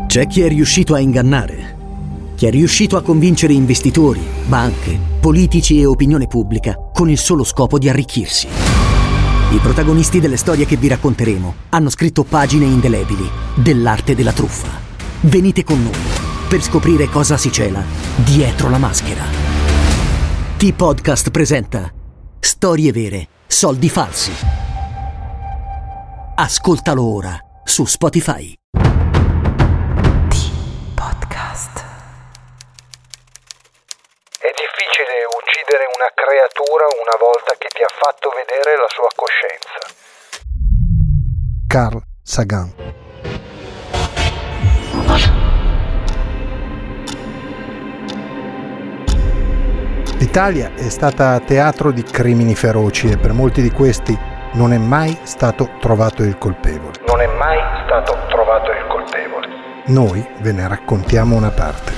C'è chi è riuscito a ingannare, chi è riuscito a convincere investitori, banche, politici e opinione pubblica con il solo scopo di arricchirsi. I protagonisti delle storie che vi racconteremo hanno scritto pagine indelebili dell'arte della truffa. Venite con noi per scoprire cosa si cela dietro la maschera. T-Podcast presenta Storie vere, soldi falsi. Ascoltalo ora su Spotify. È difficile uccidere una creatura una volta che ti ha fatto vedere la sua coscienza. Carl Sagan. L'Italia è stata teatro di crimini feroci e per molti di questi non è mai stato trovato il colpevole. Noi ve ne raccontiamo una parte.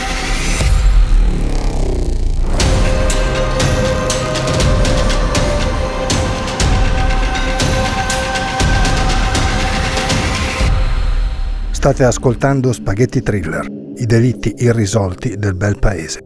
State ascoltando Spaghetti Thriller, i delitti irrisolti del bel paese.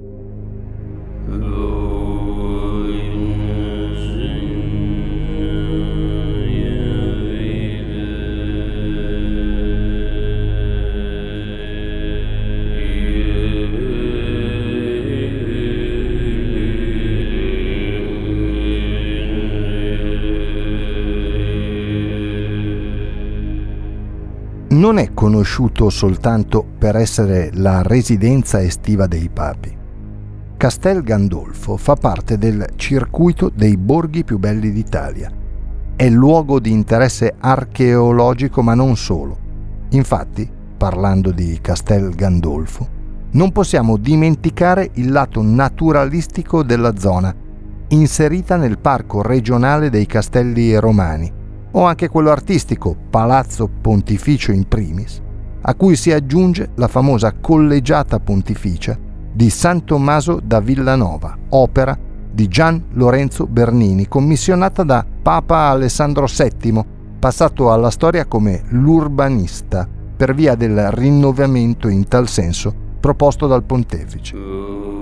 Non è conosciuto soltanto per essere la residenza estiva dei papi. Castel Gandolfo fa parte del circuito dei borghi più belli d'Italia. È luogo di interesse archeologico, ma non solo. Infatti, parlando di Castel Gandolfo, non possiamo dimenticare il lato naturalistico della zona, inserita nel Parco regionale dei Castelli Romani, o anche quello artistico, Palazzo Pontificio in primis, a cui si aggiunge la famosa collegiata pontificia di San Tommaso da Villanova, opera di Gian Lorenzo Bernini, commissionata da Papa Alessandro VII, passato alla storia come l'urbanista, per via del rinnovamento in tal senso proposto dal pontefice.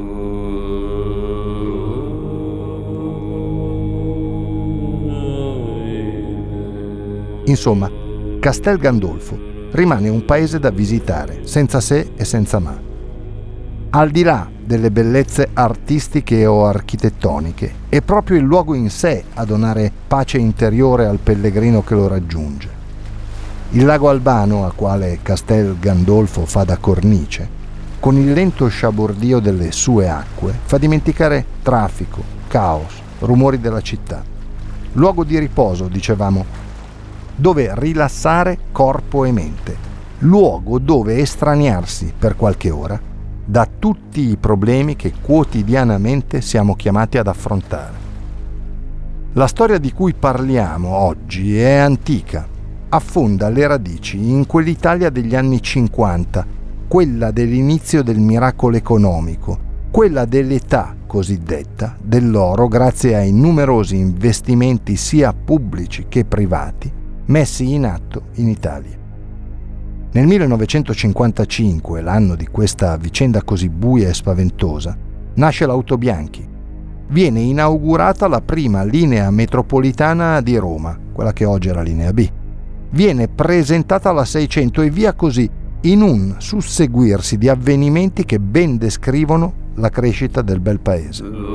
Insomma, Castel Gandolfo rimane un paese da visitare, senza se e senza ma. Al di là delle bellezze artistiche o architettoniche, è proprio il luogo in sé a donare pace interiore al pellegrino che lo raggiunge. Il lago Albano, a quale Castel Gandolfo fa da cornice, con il lento sciabordio delle sue acque, fa dimenticare traffico, caos, rumori della città. Luogo di riposo, dicevamo, dove rilassare corpo e mente, luogo dove estraniarsi per qualche ora da tutti i problemi che quotidianamente siamo chiamati ad affrontare. La storia di cui parliamo oggi è antica, affonda le radici in quell'Italia degli anni 50, quella dell'inizio del miracolo economico, quella dell'età cosiddetta dell'oro grazie ai numerosi investimenti sia pubblici che privati messi in atto in Italia. Nel 1955, l'anno di questa vicenda così buia e spaventosa, nasce l'Autobianchi. Viene inaugurata la prima linea metropolitana di Roma, quella che oggi è la linea B. Viene presentata la 600 e via così, in un susseguirsi di avvenimenti che ben descrivono la crescita del bel paese.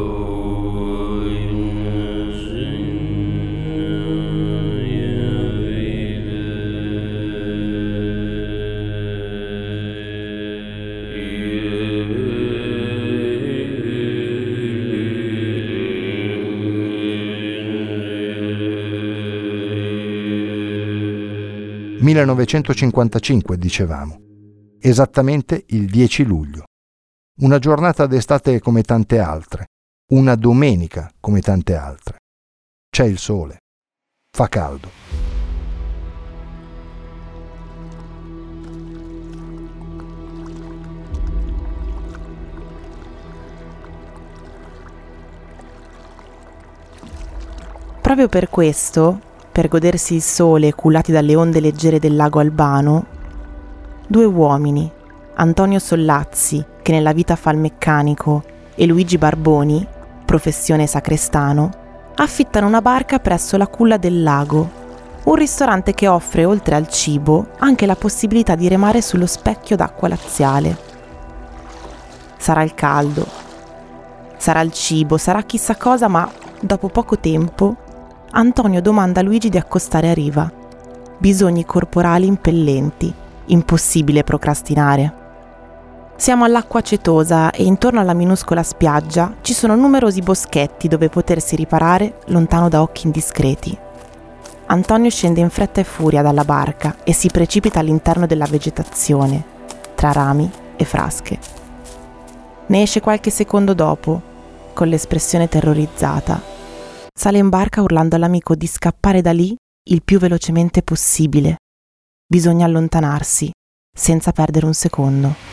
«1955», dicevamo, esattamente il 10 luglio. Una giornata d'estate come tante altre, una domenica come tante altre. C'è il sole, fa caldo. Proprio per questo, per godersi il sole cullati dalle onde leggere del lago Albano, 2 uomini, Antonio Sollazzi, che nella vita fa il meccanico, e Luigi Barboni, professione sacrestano, affittano una barca presso la culla del lago, un ristorante che offre, oltre al cibo, anche la possibilità di remare sullo specchio d'acqua laziale. Sarà il caldo, sarà il cibo, sarà chissà cosa, ma dopo poco tempo Antonio domanda a Luigi di accostare a riva. Bisogni corporali impellenti, impossibile procrastinare. Siamo all'acqua acetosa e intorno alla minuscola spiaggia ci sono numerosi boschetti dove potersi riparare lontano da occhi indiscreti. Antonio scende in fretta e furia dalla barca e si precipita all'interno della vegetazione, tra rami e frasche. Ne esce qualche secondo dopo, con l'espressione terrorizzata. Sale in barca urlando all'amico di scappare da lì il più velocemente possibile. Bisogna allontanarsi, senza perdere un secondo.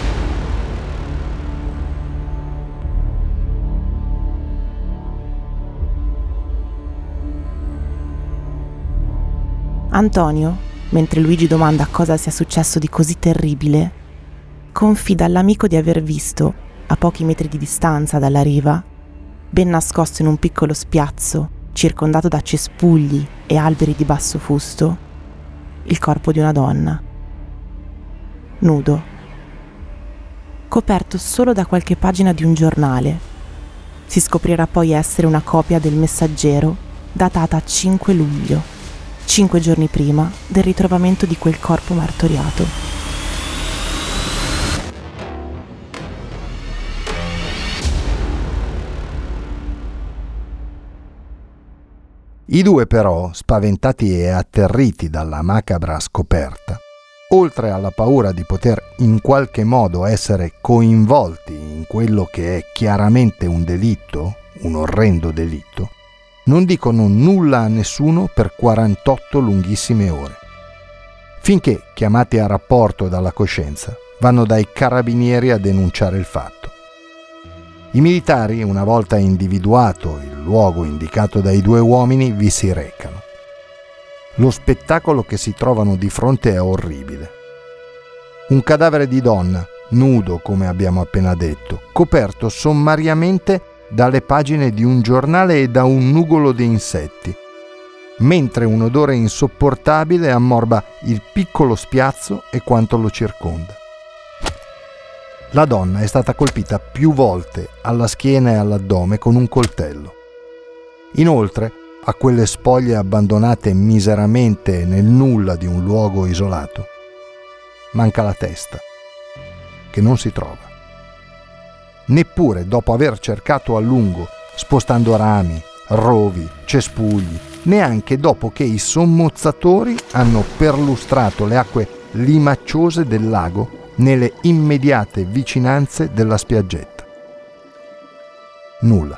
Antonio, mentre Luigi domanda cosa sia successo di così terribile, confida all'amico di aver visto, a pochi metri di distanza dalla riva, ben nascosto in un piccolo spiazzo, circondato da cespugli e alberi di basso fusto, il corpo di una donna, nudo, coperto solo da qualche pagina di un giornale. Si scoprirà poi essere una copia del Messaggero datata 5 luglio, 5 giorni prima del ritrovamento di quel corpo martoriato. I due però, spaventati e atterriti dalla macabra scoperta, oltre alla paura di poter in qualche modo essere coinvolti in quello che è chiaramente un delitto, un orrendo delitto, non dicono nulla a nessuno per 48 lunghissime ore, finché, chiamati a rapporto dalla coscienza, vanno dai carabinieri a denunciare il fatto. I militari, una volta individuato il luogo indicato dai 2 uomini, vi si recano. Lo spettacolo che si trovano di fronte è orribile. Un cadavere di donna, nudo come abbiamo appena detto, coperto sommariamente dalle pagine di un giornale e da un nugolo di insetti, mentre un odore insopportabile ammorba il piccolo spiazzo e quanto lo circonda. La donna è stata colpita più volte alla schiena e all'addome con un coltello. Inoltre, a quelle spoglie abbandonate miseramente nel nulla di un luogo isolato, manca la testa, che non si trova. Neppure dopo aver cercato a lungo, spostando rami, rovi, cespugli, neanche dopo che i sommozzatori hanno perlustrato le acque limacciose del lago nelle immediate vicinanze della spiaggetta. Nulla.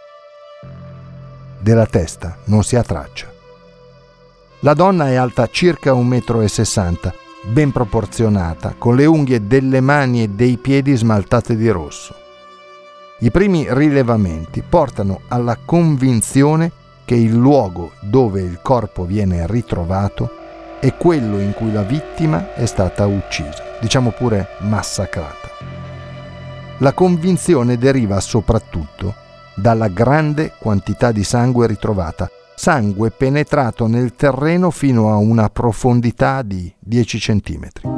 Della testa non si ha traccia. La donna è alta circa 1,60 m, ben proporzionata, con le unghie delle mani e dei piedi smaltate di rosso. I primi rilevamenti portano alla convinzione che il luogo dove il corpo viene ritrovato è quello in cui la vittima è stata uccisa, diciamo pure massacrata. La convinzione deriva soprattutto dalla grande quantità di sangue ritrovata, sangue penetrato nel terreno fino a una profondità di 10 centimetri.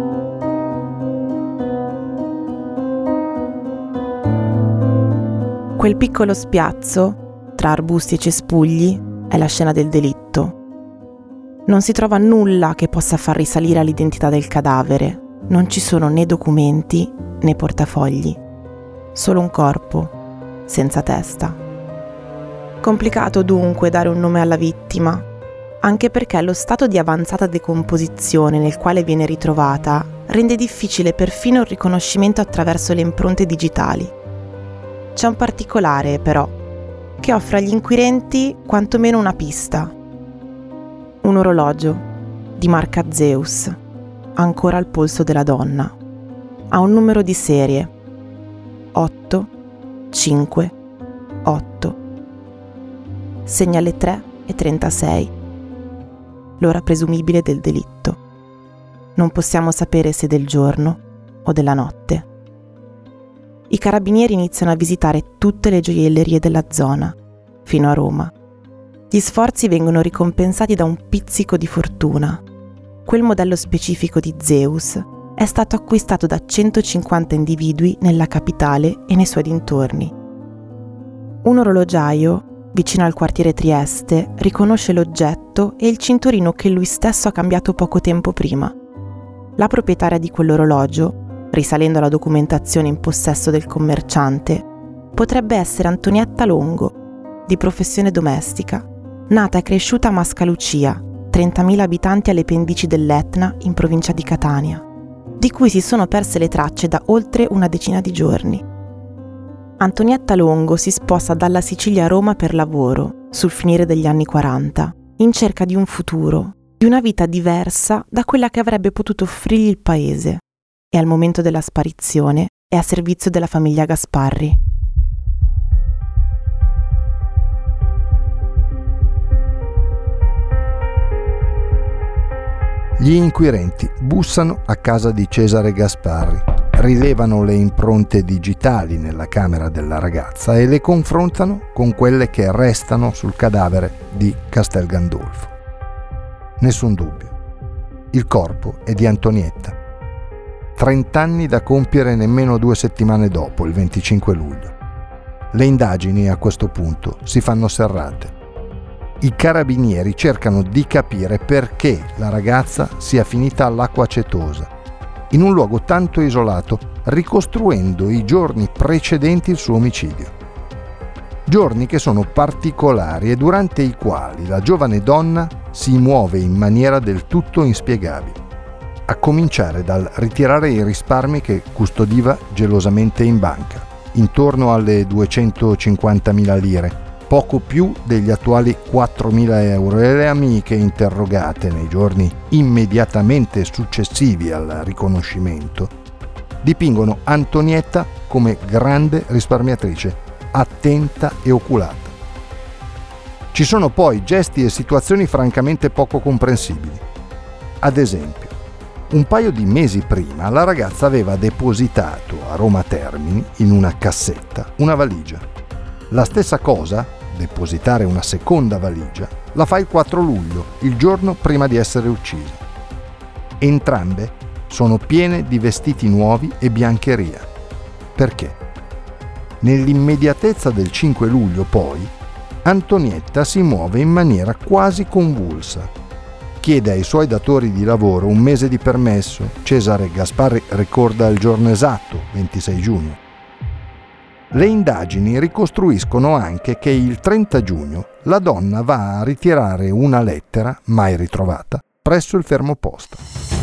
Quel piccolo spiazzo, tra arbusti e cespugli, è la scena del delitto. Non si trova nulla che possa far risalire all'identità del cadavere. Non ci sono né documenti né portafogli. Solo un corpo, senza testa. Complicato dunque dare un nome alla vittima, anche perché lo stato di avanzata decomposizione nel quale viene ritrovata rende difficile perfino il riconoscimento attraverso le impronte digitali. C'è un particolare, però, che offre agli inquirenti quantomeno una pista. Un orologio di marca Zeus, ancora al polso della donna. Ha un numero di serie: 8, 5, 8. Segna le 3:36, l'ora presumibile del delitto. non possiamo sapere se del giorno o della notte. I carabinieri iniziano a visitare tutte le gioiellerie della zona, fino a Roma. Gli sforzi vengono ricompensati da un pizzico di fortuna. Quel modello specifico di Zeus è stato acquistato da 150 individui nella capitale e nei suoi dintorni. Un orologiaio, vicino al quartiere Trieste, riconosce l'oggetto e il cinturino che lui stesso ha cambiato poco tempo prima. La proprietaria di quell'orologio, risalendo alla documentazione in possesso del commerciante, potrebbe essere Antonietta Longo, di professione domestica, nata e cresciuta a Mascalucia, 30.000 abitanti alle pendici dell'Etna in provincia di Catania, di cui si sono perse le tracce da oltre una decina di giorni. Antonietta Longo si sposta dalla Sicilia a Roma per lavoro, sul finire degli anni 40, in cerca di un futuro, di una vita diversa da quella che avrebbe potuto offrirgli il paese, e al momento della sparizione è a servizio della famiglia Gasparri. Gli inquirenti bussano a casa di Cesare Gasparri, rilevano le impronte digitali nella camera della ragazza e le confrontano con quelle che restano sul cadavere di Castel Gandolfo. Nessun dubbio. Il corpo è di Antonietta. 30 anni da compiere nemmeno 2 settimane dopo, il 25 luglio. Le indagini a questo punto si fanno serrate. I carabinieri cercano di capire perché la ragazza sia finita all'acqua acetosa, in un luogo tanto isolato, ricostruendo i giorni precedenti il suo omicidio. Giorni che sono particolari e durante i quali la giovane donna si muove in maniera del tutto inspiegabile, a cominciare dal ritirare i risparmi che custodiva gelosamente in banca, intorno alle 250.000 lire, poco più degli attuali 4.000 euro, e le amiche interrogate nei giorni immediatamente successivi al riconoscimento dipingono Antonietta come grande risparmiatrice, attenta e oculata. Ci sono poi gesti e situazioni francamente poco comprensibili. Ad esempio, un paio di mesi prima la ragazza aveva depositato a Roma Termini, in una cassetta, una valigia. La stessa cosa, depositare una seconda valigia, la fa il 4 luglio, il giorno prima di essere uccisa. Entrambe sono piene di vestiti nuovi e biancheria. Perché? Nell'immediatezza del 5 luglio, poi, Antonietta si muove in maniera quasi convulsa. Chiede ai suoi datori di lavoro un mese di permesso. Cesare Gasparri ricorda il giorno esatto, 26 giugno. Le indagini ricostruiscono anche che il 30 giugno la donna va a ritirare una lettera, mai ritrovata, presso il fermoposta.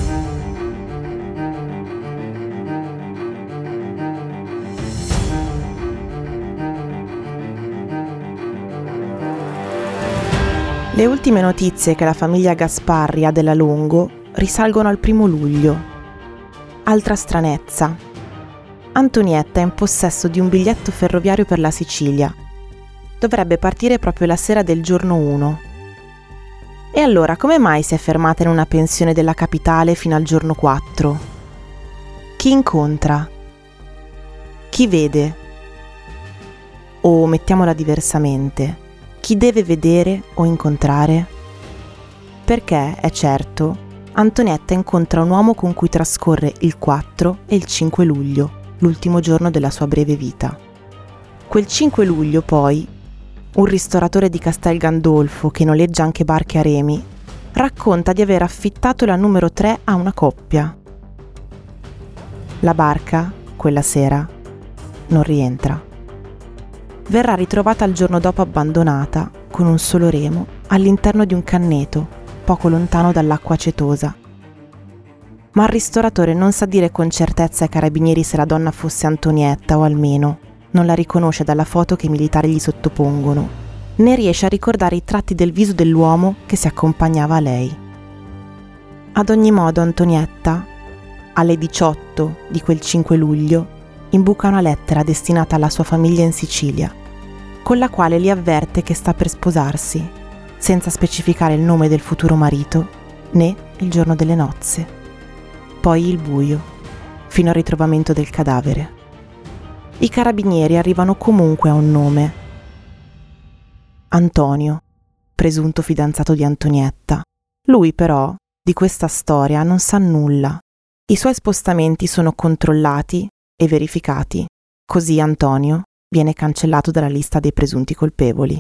Le ultime notizie che la famiglia Gasparri ha della Longo risalgono al 1 luglio. Altra stranezza. Antonietta è in possesso di un biglietto ferroviario per la Sicilia. Dovrebbe partire proprio la sera del giorno 1. E allora come mai si è fermata in una pensione della capitale fino al giorno 4? Chi incontra? Chi vede? O mettiamola diversamente, chi deve vedere o incontrare? Perché, è certo, Antonietta incontra un uomo con cui trascorre il 4 e il 5 luglio, l'ultimo giorno della sua breve vita. Quel 5 luglio, poi, un ristoratore di Castel Gandolfo, che noleggia anche barche a remi, racconta di aver affittato la numero 3 a una coppia. La barca, quella sera, non rientra. Verrà ritrovata il giorno dopo abbandonata, con un solo remo, all'interno di un canneto, poco lontano dall'acqua acetosa. Ma il ristoratore non sa dire con certezza ai carabinieri se la donna fosse Antonietta, o almeno non la riconosce dalla foto che i militari gli sottopongono, né riesce a ricordare i tratti del viso dell'uomo che si accompagnava a lei. Ad ogni modo Antonietta, alle 18 di quel 5 luglio, imbuca una lettera destinata alla sua famiglia in Sicilia, con la quale li avverte che sta per sposarsi, senza specificare il nome del futuro marito né il giorno delle nozze. poi il buio, fino al ritrovamento del cadavere. I carabinieri arrivano comunque a un nome: Antonio, presunto fidanzato di Antonietta. Lui però di questa storia non sa nulla. I suoi spostamenti sono controllati e verificati, così Antonio viene cancellato dalla lista dei presunti colpevoli.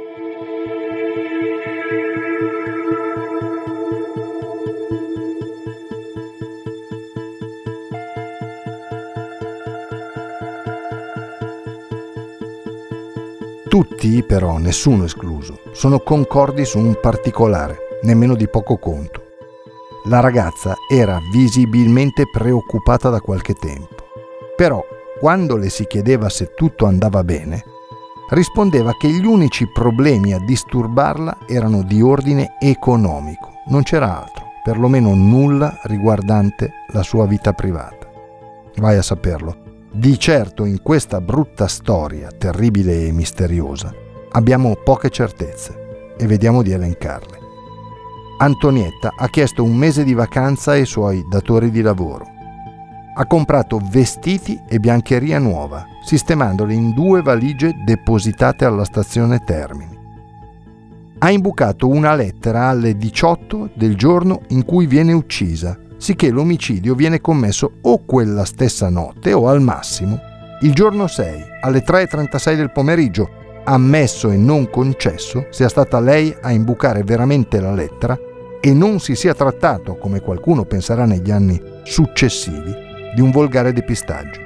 Tutti, però, nessuno escluso, sono concordi su un particolare, nemmeno di poco conto. La ragazza era visibilmente preoccupata da qualche tempo. Però, quando le si chiedeva se tutto andava bene, rispondeva che gli unici problemi a disturbarla erano di ordine economico. Non c'era altro, perlomeno nulla riguardante la sua vita privata. Vai a saperlo. Di certo in questa brutta storia, terribile e misteriosa, abbiamo poche certezze e vediamo di elencarle. Antonietta ha chiesto un mese di vacanza ai suoi datori di lavoro. Ha comprato vestiti e biancheria nuova, sistemandoli in 2 valigie depositate alla stazione Termini. Ha imbucato una lettera alle 18 del giorno in cui viene uccisa, sicché l'omicidio viene commesso o quella stessa notte o al massimo il giorno 6 alle 3:36 del pomeriggio, ammesso e non concesso sia stata lei a imbucare veramente la lettera e non si sia trattato, come qualcuno penserà negli anni successivi, di un volgare depistaggio.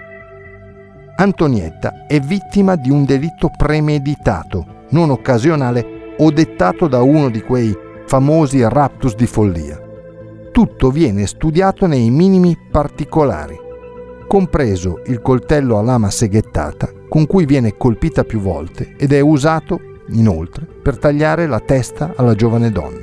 Antonietta è vittima di un delitto premeditato, non occasionale o dettato da uno di quei famosi raptus di follia. Tutto viene studiato nei minimi particolari, compreso il coltello a lama seghettata con cui viene colpita più volte ed è usato, inoltre, per tagliare la testa alla giovane donna.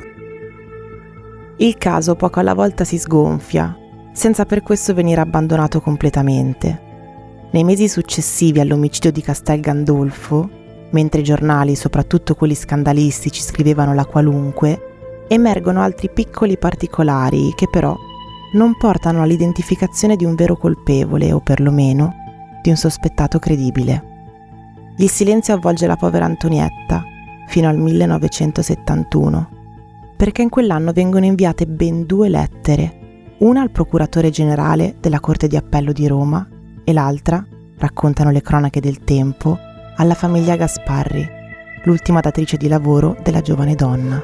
Il caso poco alla volta si sgonfia, senza per questo venire abbandonato completamente. Nei mesi successivi all'omicidio di Castel Gandolfo, mentre i giornali, soprattutto quelli scandalistici, scrivevano la qualunque, emergono altri piccoli particolari che però non portano all'identificazione di un vero colpevole o perlomeno di un sospettato credibile. Il silenzio avvolge la povera Antonietta fino al 1971, perché in quell'anno vengono inviate ben 2 lettere, una al procuratore generale della Corte di Appello di Roma e l'altra, raccontano le cronache del tempo, alla famiglia Gasparri, l'ultima datrice di lavoro della giovane donna.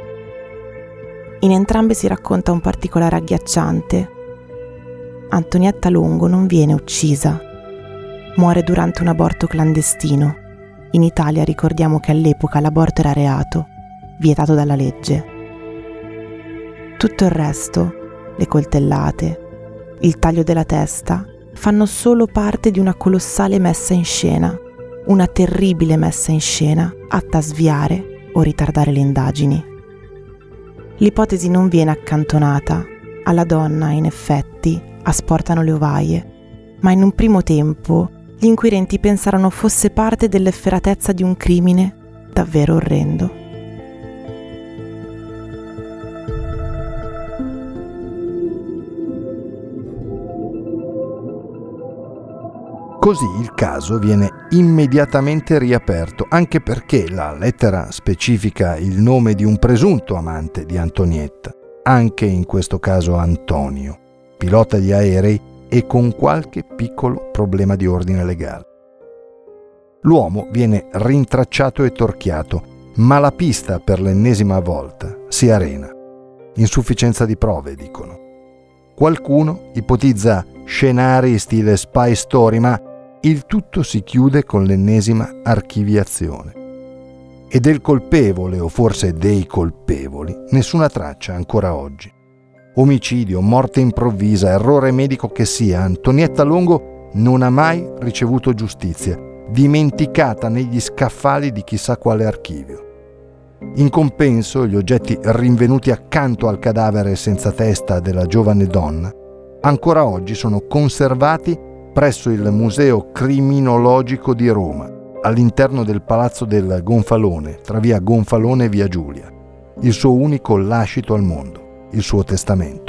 In entrambe si racconta un particolare agghiacciante. Antonietta Longo non viene uccisa. Muore durante un aborto clandestino. In Italia ricordiamo che all'epoca l'aborto era reato, vietato dalla legge. Tutto il resto, le coltellate, il taglio della testa, fanno solo parte di una colossale messa in scena, una terribile messa in scena atta a sviare o ritardare le indagini. L'ipotesi non viene accantonata. Alla donna, in effetti, asportano le ovaie, ma in un primo tempo gli inquirenti pensarono fosse parte dell'efferatezza di un crimine davvero orrendo. Così il caso viene immediatamente riaperto, anche perché la lettera specifica il nome di un presunto amante di Antonietta, anche in questo caso Antonio, pilota di aerei e con qualche piccolo problema di ordine legale. L'uomo viene rintracciato e torchiato, ma la pista per l'ennesima volta si arena. Insufficienza di prove, dicono. Qualcuno ipotizza scenari stile Spy Story, ma il tutto si chiude con l'ennesima archiviazione. E del colpevole, o forse dei colpevoli, nessuna traccia ancora oggi. Omicidio, morte improvvisa, errore medico che sia, Antonietta Longo non ha mai ricevuto giustizia, dimenticata negli scaffali di chissà quale archivio. In compenso, gli oggetti rinvenuti accanto al cadavere senza testa della giovane donna ancora oggi sono conservati presso il Museo Criminologico di Roma, all'interno del Palazzo del Gonfalone, tra via Gonfalone e via Giulia, il suo unico lascito al mondo, il suo testamento.